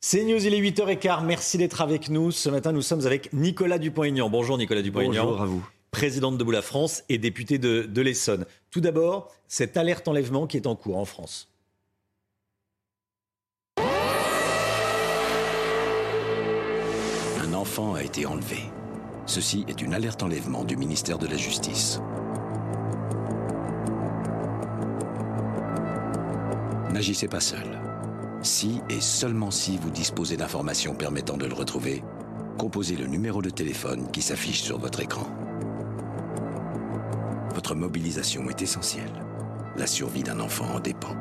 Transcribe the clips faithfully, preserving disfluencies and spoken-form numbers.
C'est News, il est huit heures quinze, merci d'être avec nous. Ce matin, nous sommes avec Nicolas Dupont-Aignan. Bonjour Nicolas Dupont-Aignan. Bonjour à vous. Président de Debout la France et député de, de l'Essonne. Tout d'abord, cette alerte enlèvement qui est en cours en France. Un enfant a été enlevé. Ceci est une alerte enlèvement du ministère de la Justice. N'agissez pas seul. Si et seulement si vous disposez d'informations permettant de le retrouver, composez le numéro de téléphone qui s'affiche sur votre écran. Votre mobilisation est essentielle. La survie d'un enfant en dépend.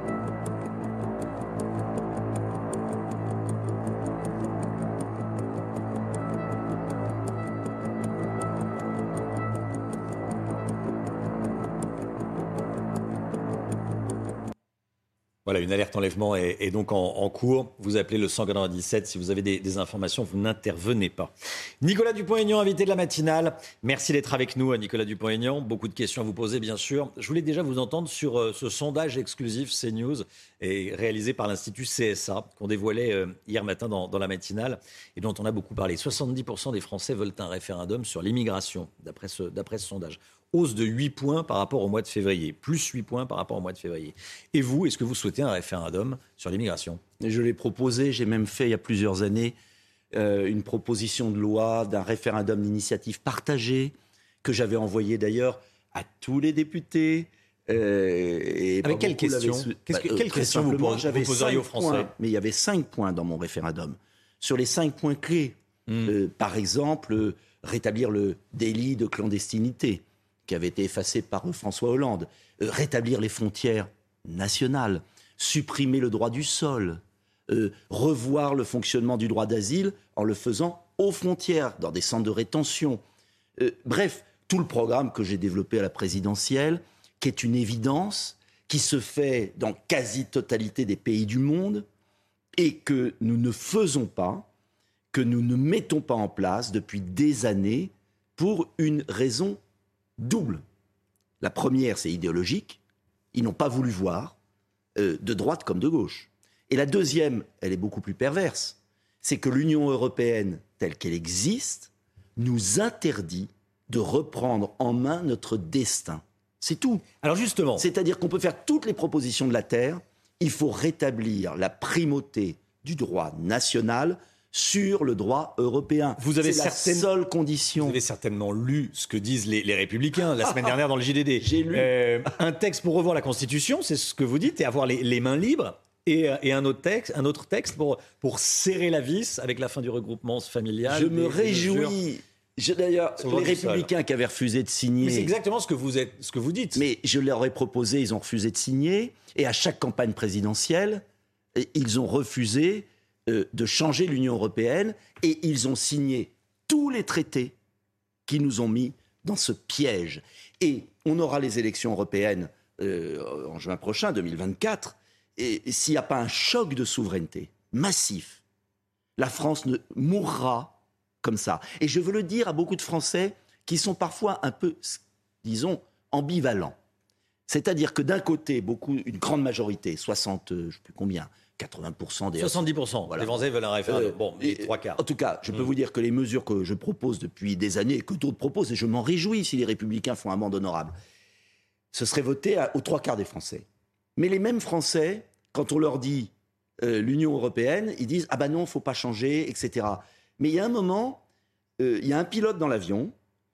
Voilà, une alerte enlèvement est, est donc en, en cours. Vous appelez le cent quatre-vingt-dix-sept. Si vous avez des, des informations, vous n'intervenez pas. Nicolas Dupont-Aignan, invité de la matinale. Merci d'être avec nous, Nicolas Dupont-Aignan. Beaucoup de questions à vous poser, bien sûr. Je voulais déjà vous entendre sur euh, ce sondage exclusif CNews et réalisé par l'Institut C S A, qu'on dévoilait euh, hier matin dans, dans la matinale et dont on a beaucoup parlé. soixante-dix pour cent des Français veulent un référendum sur l'immigration, d'après ce, d'après ce sondage. Hausse de huit points par rapport au mois de février, plus huit points par rapport au mois de février. Et vous, est-ce que vous souhaitez un référendum sur l'immigration ? Je l'ai proposé, j'ai même fait il y a plusieurs années euh, une proposition de loi d'un référendum d'initiative partagée que j'avais envoyé d'ailleurs à tous les députés. Euh, et Avec quelles questions sou... Qu'est-ce que, bah, Quelles questions vous, pose, vous poseriez aux Français points, Mais il y avait cinq points dans mon référendum. Sur les cinq points clés, mmh. euh, par exemple, euh, rétablir le délit de clandestinité, qui avait été effacé par François Hollande, euh, rétablir les frontières nationales, supprimer le droit du sol, euh, revoir le fonctionnement du droit d'asile en le faisant aux frontières, dans des centres de rétention. Euh, bref, tout le programme que j'ai développé à la présidentielle, qui est une évidence, qui se fait dans quasi-totalité des pays du monde, et que nous ne faisons pas, que nous ne mettons pas en place depuis des années, pour une raison double. La première, c'est idéologique. Ils n'ont pas voulu voir, euh, de droite comme de gauche. Et la deuxième, elle est beaucoup plus perverse. C'est que l'Union européenne, telle qu'elle existe, nous interdit de reprendre en main notre destin. C'est tout. Alors justement... C'est-à-dire qu'on peut faire toutes les propositions de la Terre. Il faut rétablir la primauté du droit national sur le droit européen. Vous avez C'est certaine... la seule condition. Vous avez certainement lu ce que disent les, les Républicains la semaine dernière dans le J D D. J'ai lu. Euh, un texte pour revoir la Constitution, c'est ce que vous dites, et avoir les, les mains libres. Et, et un autre texte, un autre texte pour, pour serrer la vis avec la fin du regroupement familial. Je me réjouis. Je, d'ailleurs, les Républicains qui avaient refusé de signer... Mais c'est exactement ce que vous, êtes, ce que vous dites. Mais je leur ai proposé, ils ont refusé de signer. Et à chaque campagne présidentielle, ils ont refusé... de changer l'Union européenne, et ils ont signé tous les traités qui nous ont mis dans ce piège. Et on aura les élections européennes euh, en juin prochain, deux mille vingt-quatre, et, et s'il n'y a pas un choc de souveraineté massif, la France ne mourra comme ça. Et je veux le dire à beaucoup de Français qui sont parfois un peu, disons, ambivalents. C'est-à-dire que d'un côté, beaucoup, une grande majorité, soixante, je ne sais plus combien, quatre-vingts pour cent des... soixante-dix pour cent voilà. Des Français veulent un référendum. Euh, bon, les trois quarts. En tout cas, je peux mmh. vous dire que les mesures que je propose depuis des années, que d'autres proposent, et je m'en réjouis si les Républicains font un mandat honorable, ce serait voté à, aux trois quarts des Français. Mais les mêmes Français, quand on leur dit euh, l'Union européenne, ils disent « Ah ben non, il ne faut pas changer, et cetera » Mais il y a un moment, euh, il y a un pilote dans l'avion.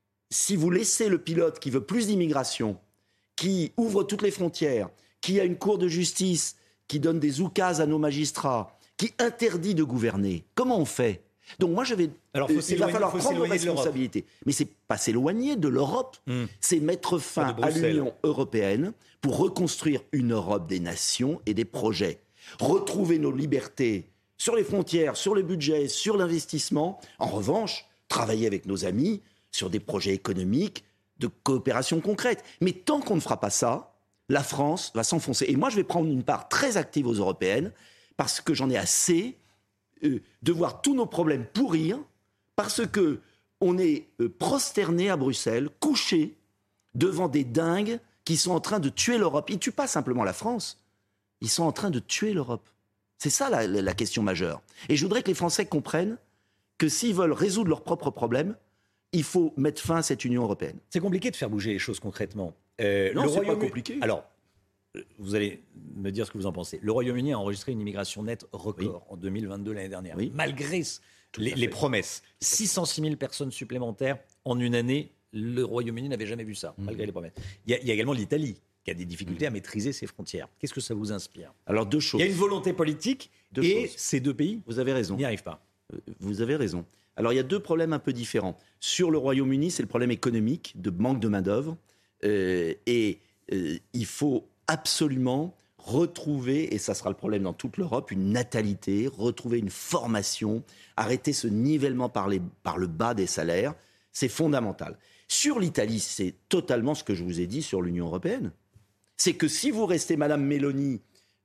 Si vous laissez le pilote qui veut plus d'immigration, qui ouvre toutes les frontières, qui a une cour de justice... qui donne des oukases à nos magistrats, qui interdit de gouverner. Comment on fait ? Donc moi, je vais, Alors, euh, il va falloir prendre responsabilité. Mais c'est pas s'éloigner de l'Europe, mmh. c'est mettre fin à l'Union européenne pour reconstruire une Europe des nations et des projets. Retrouver nos libertés sur les frontières, sur le budget, sur l'investissement. En revanche, travailler avec nos amis sur des projets économiques de coopération concrète. Mais tant qu'on ne fera pas ça, la France va s'enfoncer. Et moi, je vais prendre une part très active aux européennes parce que j'en ai assez euh, de voir tous nos problèmes pourrir parce qu'on est euh, prosterné à Bruxelles, couché devant des dingues qui sont en train de tuer l'Europe. Ils ne tuent pas simplement la France, ils sont en train de tuer l'Europe. C'est ça la, la, la question majeure. Et je voudrais que les Français comprennent que s'ils veulent résoudre leurs propres problèmes, il faut mettre fin à cette Union européenne. C'est compliqué de faire bouger les choses concrètement. Euh, non, le c'est Royaume... pas compliqué. Alors, vous allez me dire ce que vous en pensez. Le Royaume-Uni a enregistré une immigration nette record oui. en deux mille vingt-deux, l'année dernière, oui. malgré les, les promesses. six cent six mille personnes supplémentaires en une année. Le Royaume-Uni n'avait jamais vu ça, mmh. malgré les promesses. Il y, a, il y a également l'Italie qui a des difficultés mmh. à maîtriser ses frontières. Qu'est-ce que ça vous inspire ? Alors, deux choses. Il y a une volonté politique deux et choses. Ces deux pays vous avez raison. n'y arrivent pas. Euh, vous avez raison. Alors, il y a deux problèmes un peu différents. Sur le Royaume-Uni, c'est le problème économique, de manque de main-d'œuvre. Euh, et euh, il faut absolument retrouver, et ça sera le problème dans toute l'Europe, une natalité, retrouver une formation, arrêter ce nivellement par, les, par le bas des salaires. C'est fondamental. Sur l'Italie, c'est totalement ce que je vous ai dit sur l'Union européenne. C'est que si vous restez, Madame Meloni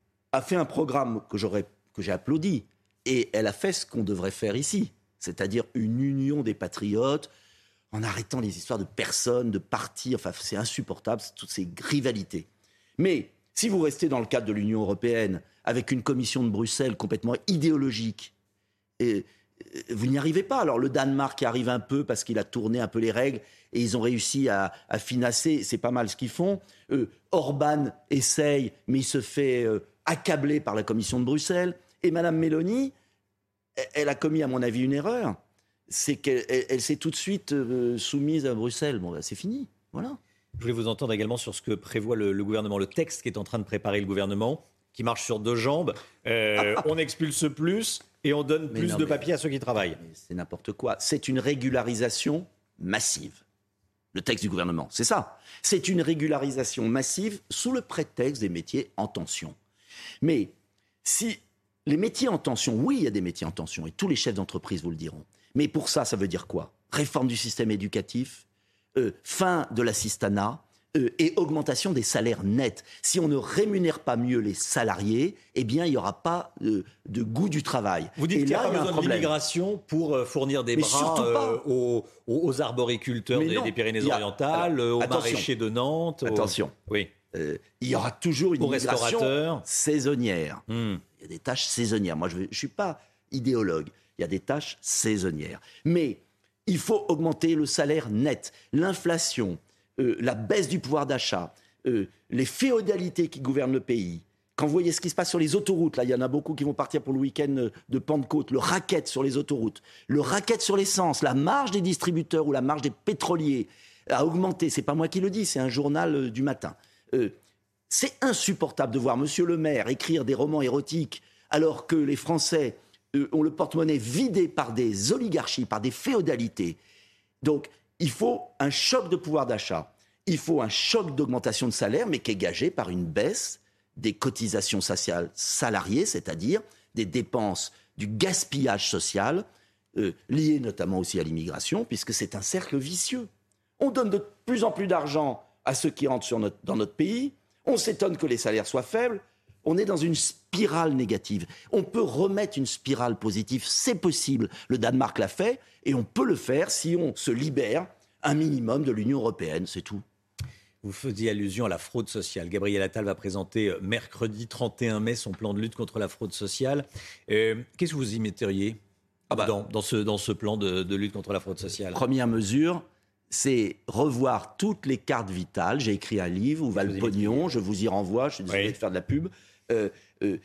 a fait un programme que, j'aurais, que j'ai applaudi, et elle a fait ce qu'on devrait faire ici, c'est-à-dire une union des patriotes, en arrêtant les histoires de personnes, de partis, enfin c'est insupportable, toutes ces rivalités. Mais si vous restez dans le cadre de l'Union européenne, avec une commission de Bruxelles complètement idéologique, et, vous n'y arrivez pas. Alors le Danemark arrive un peu parce qu'il a tourné un peu les règles et ils ont réussi à, à financer, c'est pas mal ce qu'ils font. Euh, Orban essaye, mais il se fait euh, accabler par la commission de Bruxelles. Et Madame Meloni, elle, elle a commis à mon avis une erreur. C'est qu'elle elle, elle s'est tout de suite euh, soumise à Bruxelles. Bon, ben, c'est fini, voilà. Je voulais vous entendre également sur ce que prévoit le, le gouvernement, le texte qui est en train de préparer le gouvernement, qui marche sur deux jambes. Euh, on expulse plus et on donne mais plus non, de papiers à ceux qui travaillent. C'est n'importe quoi. C'est une régularisation massive. Le texte du gouvernement, c'est ça. C'est une régularisation massive sous le prétexte des métiers en tension. Mais si les métiers en tension, oui, il y a des métiers en tension, et tous les chefs d'entreprise vous le diront. Mais pour ça, ça veut dire quoi ? Réforme du système éducatif, euh, fin de l'assistanat, Euh, et augmentation des salaires nets. Si on ne rémunère pas mieux les salariés, eh bien, il n'y aura pas euh, de goût du travail. Vous dites et qu'il n'y a là, pas besoin de l'immigration pour euh, fournir des Mais bras euh, aux, aux arboriculteurs des, des Pyrénées-Orientales, a... aux attention. maraîchers de Nantes. Attention. Aux... Oui. Euh, il y aura toujours une aux immigration saisonnière. Mmh. Il y a des tâches saisonnières. Moi, je ne suis pas idéologue. Il y a des tâches saisonnières. Mais il faut augmenter le salaire net. L'inflation, Euh, la baisse du pouvoir d'achat, euh, les féodalités qui gouvernent le pays. Quand vous voyez ce qui se passe sur les autoroutes, là, il y en a beaucoup qui vont partir pour le week-end de Pentecôte, le racket sur les autoroutes, le racket sur l'essence, la marge des distributeurs ou la marge des pétroliers a augmenté. C'est pas moi qui le dis, c'est un journal euh, du matin. Euh, c'est insupportable de voir Monsieur le maire écrire des romans érotiques alors que les Français euh, ont le porte-monnaie vidé par des oligarchies, par des féodalités. Donc, il faut un choc de pouvoir d'achat, il faut un choc d'augmentation de salaire, mais qui est gagé par une baisse des cotisations sociales salariées, c'est-à-dire des dépenses, du gaspillage social, euh, lié notamment aussi à l'immigration, puisque c'est un cercle vicieux. On donne de plus en plus d'argent à ceux qui rentrent sur notre, dans notre pays, on s'étonne que les salaires soient faibles, on est dans une spirale négative. On peut remettre une spirale positive, c'est possible. Le Danemark l'a fait, et on peut le faire si on se libère un minimum de l'Union européenne, c'est tout. Vous faisiez allusion à la fraude sociale. Gabriel Attal va présenter mercredi trente et un mai son plan de lutte contre la fraude sociale. Euh, qu'est-ce que vous y metteriez ah bah, dans, dans, ce, dans ce plan de, de lutte contre la fraude sociale ? Première mesure, c'est revoir toutes les cartes vitales. J'ai écrit un livre, Où va le pognon ? Je vous y renvoie, je suis désolé oui. de faire de la pub. Euh, euh,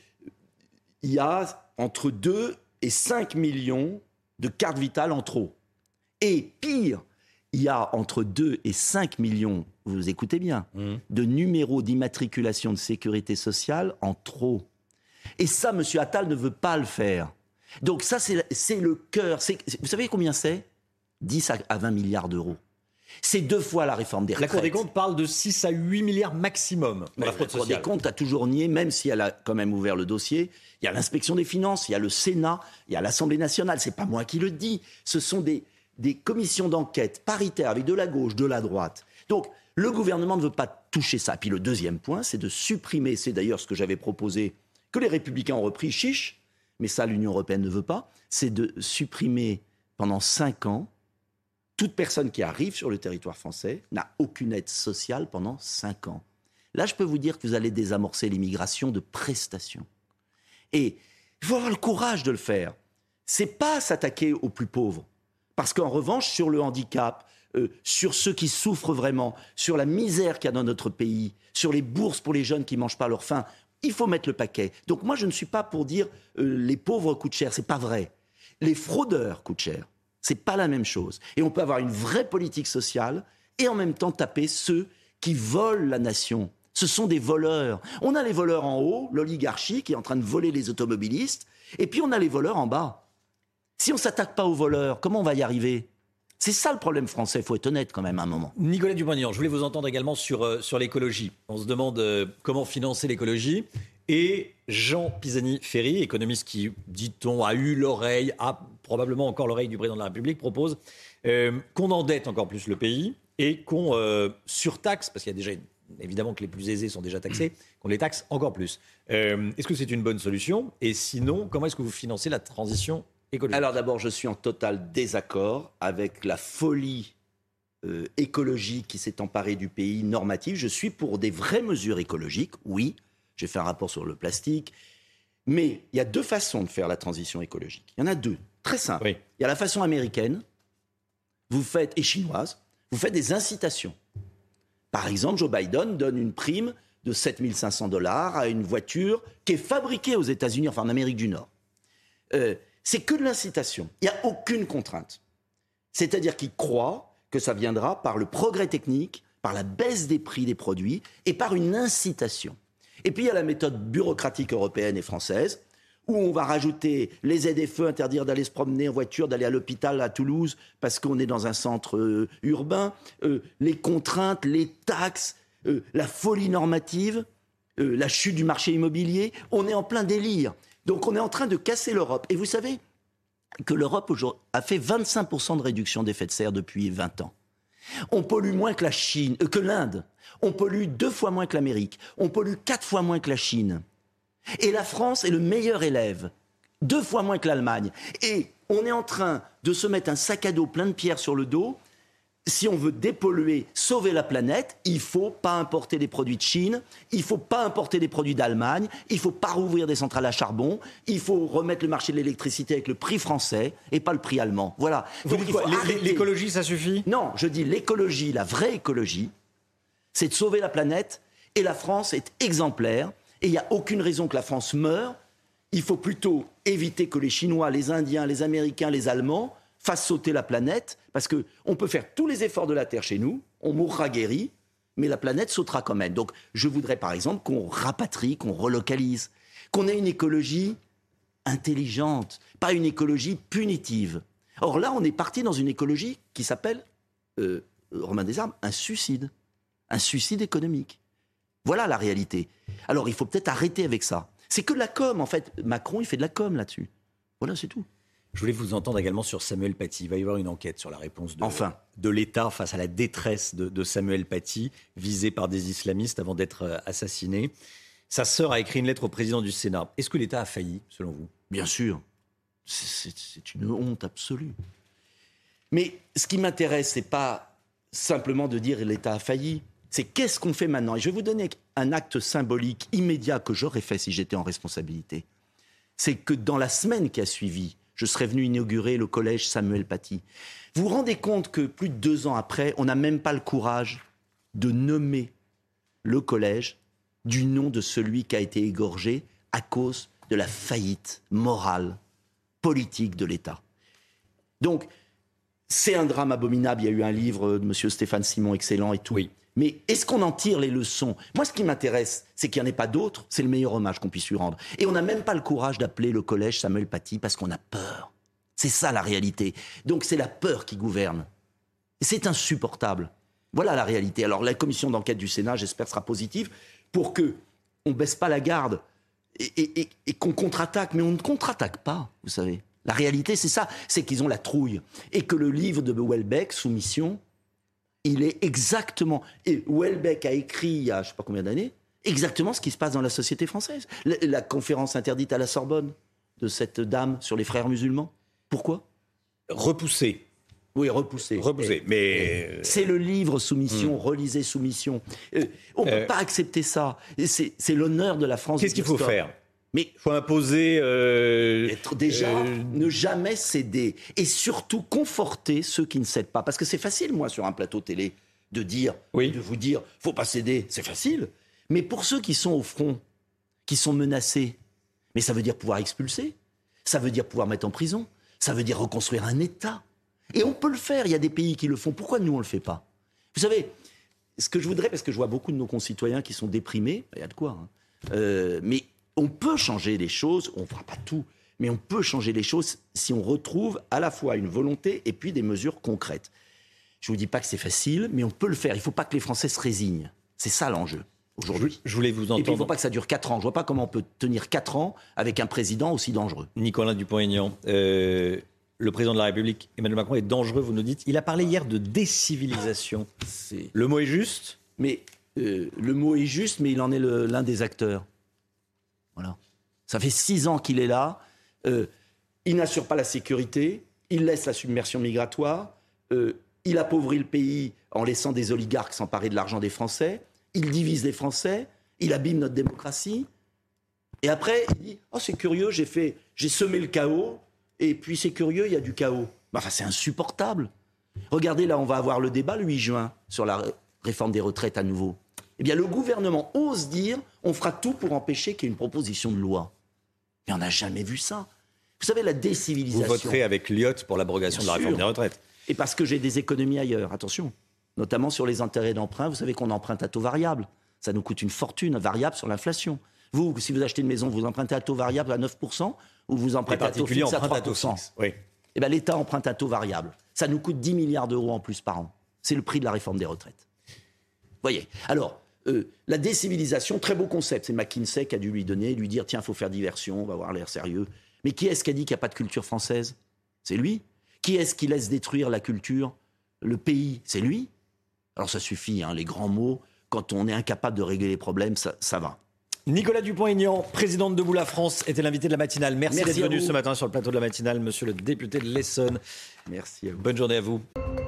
il y a entre deux et cinq millions de cartes vitales en trop. Et pire, il y a entre deux et cinq millions, vous écoutez bien, mmh. de numéros d'immatriculation de sécurité sociale en trop. Et ça, M. Attal ne veut pas le faire. Donc ça, c'est, c'est le cœur. C'est, vous savez combien c'est ? dix à vingt milliards d'euros. C'est deux fois la réforme des retraites. La Cour des comptes parle de six à huit milliards maximum pour la fraude sociale. La Cour des comptes a toujours nié, même si elle a quand même ouvert le dossier. Il y a l'inspection des finances, il y a le Sénat, il y a l'Assemblée nationale. C'est pas moi qui le dis. Ce sont des, des commissions d'enquête paritaires avec de la gauche, de la droite. Donc, le gouvernement ne veut pas toucher ça. Puis le deuxième point, c'est de supprimer, c'est d'ailleurs ce que j'avais proposé, que les Républicains ont repris, chiche, mais ça l'Union européenne ne veut pas, c'est de supprimer pendant cinq ans toute personne qui arrive sur le territoire français n'a aucune aide sociale pendant cinq ans. Là, je peux vous dire que vous allez désamorcer l'immigration de prestations. Et Il faut avoir le courage de le faire. C'est pas s'attaquer aux plus pauvres. Parce qu'en revanche, sur le handicap, euh, sur ceux qui souffrent vraiment, sur la misère qu'il y a dans notre pays, sur les bourses pour les jeunes qui ne mangent pas leur faim, il faut mettre le paquet. Donc moi, je ne suis pas pour dire euh, les pauvres coûtent cher. C'est pas vrai. Les fraudeurs coûtent cher. C'est pas la même chose. Et on peut avoir une vraie politique sociale et en même temps taper ceux qui volent la nation. Ce sont des voleurs. On a les voleurs en haut, l'oligarchie qui est en train de voler les automobilistes, et puis on a les voleurs en bas. Si on ne s'attaque pas aux voleurs, comment on va y arriver ? C'est ça le problème français, il faut être honnête quand même à un moment. Nicolas Dupont-Aignan, je voulais vous entendre également sur, euh, sur l'écologie. On se demande euh, comment financer l'écologie. Et Jean Pisani-Ferry, économiste qui, dit-on, a eu l'oreille, a probablement encore l'oreille du président de la République, propose euh, qu'on endette encore plus le pays et qu'on euh, surtaxe, parce qu'il y a déjà, évidemment que les plus aisés sont déjà taxés, qu'on les taxe encore plus. Euh, est-ce que c'est une bonne solution ? Et sinon, comment est-ce que vous financez la transition écologique ? Alors d'abord, je suis en total désaccord avec la folie euh, écologique qui s'est emparée du pays normatif. Je suis pour des vraies mesures écologiques, oui. J'ai fait un rapport sur le plastique. Mais il y a deux façons de faire la transition écologique. Il y en a deux, très simples. Oui. Il y a la façon américaine, vous faites, et chinoise, vous faites des incitations. Par exemple, Joe Biden donne une prime de sept mille cinq cents dollars à une voiture qui est fabriquée aux États-Unis, enfin en Amérique du Nord. Euh, c'est que de l'incitation. Il n'y a aucune contrainte. C'est-à-dire qu'il croit que ça viendra par le progrès technique, par la baisse des prix des produits et par une incitation. Et puis il y a la méthode bureaucratique européenne et française, où on va rajouter les Z F E, interdire d'aller se promener en voiture, d'aller à l'hôpital à Toulouse, parce qu'on est dans un centre euh, urbain, euh, les contraintes, les taxes, euh, la folie normative, euh, la chute du marché immobilier. On est en plein délire. Donc on est en train de casser l'Europe. Et vous savez que l'Europe a fait vingt-cinq pour cent de réduction d'effet de serre depuis vingt ans. On pollue moins que la Chine, euh, que l'Inde. On pollue deux fois moins que l'Amérique. On pollue quatre fois moins que la Chine. Et la France est le meilleur élève, deux fois moins que l'Allemagne. Et on est en train de se mettre un sac à dos plein de pierres sur le dos. Si on veut dépolluer, sauver la planète, il ne faut pas importer des produits de Chine, il ne faut pas importer des produits d'Allemagne, il ne faut pas rouvrir des centrales à charbon, il faut remettre le marché de l'électricité avec le prix français et pas le prix allemand. Voilà. Vous dites quoi ? L'écologie, ça suffit ? Non, je dis l'écologie, la vraie écologie, c'est de sauver la planète et la France est exemplaire. Et il n'y a aucune raison que la France meure. Il faut plutôt éviter que les Chinois, les Indiens, les Américains, les Allemands fassent sauter la planète, parce qu'on peut faire tous les efforts de la Terre chez nous, on mourra guéri, mais la planète sautera quand même. Donc je voudrais par exemple qu'on rapatrie, qu'on relocalise, qu'on ait une écologie intelligente, pas une écologie punitive. Or là, on est parti dans une écologie qui s'appelle, euh, Romain Desarmes, un suicide, un suicide économique. Voilà la réalité. Alors, il faut peut-être arrêter avec ça. C'est que de la com, en fait. Macron, il fait de la com là-dessus. Voilà, c'est tout. Je voulais vous entendre également sur Samuel Paty. Il va y avoir une enquête sur la réponse de, enfin. de l'État face à la détresse de, de Samuel Paty, visé par des islamistes avant d'être assassiné. Sa sœur a écrit une lettre au président du Sénat. Est-ce que l'État a failli, selon vous ? Bien sûr. C'est, c'est, c'est une honte absolue. Mais ce qui m'intéresse, c'est pas simplement de dire que l'État a failli. C'est qu'est-ce qu'on fait maintenant ? Et je vais vous donner un acte symbolique immédiat que j'aurais fait si j'étais en responsabilité. C'est que dans la semaine qui a suivi, je serais venu inaugurer le collège Samuel Paty. Vous vous rendez compte que plus de deux ans après, on n'a même pas le courage de nommer le collège du nom de celui qui a été égorgé à cause de la faillite morale, politique de l'État. Donc, c'est un drame abominable. Il y a eu un livre de M. Stéphane Simon excellent et tout. Oui. Mais est-ce qu'on en tire les leçons ? Moi, ce qui m'intéresse, c'est qu'il n'y en ait pas d'autres. C'est le meilleur hommage qu'on puisse lui rendre. Et on n'a même pas le courage d'appeler le collège Samuel Paty parce qu'on a peur. C'est ça la réalité. Donc c'est la peur qui gouverne. Et c'est insupportable. Voilà la réalité. Alors la commission d'enquête du Sénat, j'espère, sera positive pour qu'on ne baisse pas la garde et, et, et, et qu'on contre-attaque. Mais on ne contre-attaque pas, vous savez. La réalité, c'est ça. C'est qu'ils ont la trouille. Et que le livre de Houellebecq, Soumission, il est exactement... Et Houellebecq a écrit, il y a je ne sais pas combien d'années, exactement ce qui se passe dans la société française. La, la conférence interdite à la Sorbonne de cette dame sur les frères musulmans. Pourquoi ? Repoussé. Oui, repoussé. Repoussé, et, mais... Et c'est le livre Soumission, mmh. Relisez Soumission. Euh, on ne euh... peut pas accepter ça. Et c'est, c'est l'honneur de la France. Qu'est-ce qu'il faut faire ? Mais il faut imposer... Euh, être déjà, euh, ne jamais céder. Et surtout, conforter ceux qui ne cèdent pas. Parce que c'est facile, moi, sur un plateau télé, de dire, oui. de vous dire, faut pas céder. C'est facile. Mais pour ceux qui sont au front, qui sont menacés, mais ça veut dire pouvoir expulser. Ça veut dire pouvoir mettre en prison. Ça veut dire reconstruire un État. Et on peut le faire. Il y a des pays qui le font. Pourquoi nous, on le fait pas? Vous savez, ce que je voudrais, parce que je vois beaucoup de nos concitoyens qui sont déprimés, il y a de quoi, hein, euh, mais... On peut changer les choses, on ne fera pas tout, mais on peut changer les choses si on retrouve à la fois une volonté et puis des mesures concrètes. Je ne vous dis pas que c'est facile, mais on peut le faire. Il ne faut pas que les Français se résignent. C'est ça l'enjeu aujourd'hui. Je voulais vous entendre. Et puis il ne faut pas que ça dure quatre ans. Je ne vois pas comment on peut tenir quatre ans avec un président aussi dangereux. Nicolas Dupont-Aignan, euh, le président de la République, Emmanuel Macron, est dangereux, vous nous dites. Il a parlé hier de décivilisation. C'est... Le mot est juste? Mais euh, le mot est juste, mais il en est le, l'un des acteurs. Voilà. Ça fait six ans qu'il est là. Euh, il n'assure pas la sécurité. Il laisse la submersion migratoire. Euh, il appauvrit le pays en laissant des oligarques s'emparer de l'argent des Français. Il divise les Français. Il abîme notre démocratie. Et après, il dit « Oh, c'est curieux, j'ai, fait, j'ai semé le chaos. Et puis, c'est curieux, il y a du chaos. » Enfin, c'est insupportable. Regardez, là, on va avoir le débat le huit juin sur la ré- réforme des retraites à nouveau. Eh bien, le gouvernement ose dire on fera tout pour empêcher qu'il y ait une proposition de loi. Mais on n'a jamais vu ça. Vous savez, la décivilisation... Vous voterez avec Lyotte pour l'abrogation Bien de la sûr. réforme des retraites. Et parce que j'ai des économies ailleurs, attention. Notamment sur les intérêts d'emprunt. Vous savez qu'on emprunte à taux variable. Ça nous coûte une fortune variable sur l'inflation. Vous, si vous achetez une maison, vous empruntez à taux variable à neuf pour cent ou vous empruntez à taux fixe à trois pour cent. Oui. Eh bien, l'État emprunte à taux variable. Ça nous coûte dix milliards d'euros en plus par an. C'est le prix de la réforme des retraites. Vous voyez. Alors... Euh, la décivilisation, très beau concept. C'est McKinsey qui a dû lui donner, lui dire tiens, il faut faire diversion, on va avoir l'air sérieux. Mais qui est-ce qui a dit qu'il n'y a pas de culture française? C'est lui. Qui est-ce qui laisse détruire la culture, le pays? C'est lui. Alors ça suffit, hein, les grands mots. Quand on est incapable de régler les problèmes, ça, ça va. Nicolas Dupont-Aignan, président de Debout la France, était l'invité de la matinale. Merci, Merci d'être venu ce matin sur le plateau de la matinale, monsieur le député de l'Essonne. Merci à vous. Bonne journée à vous.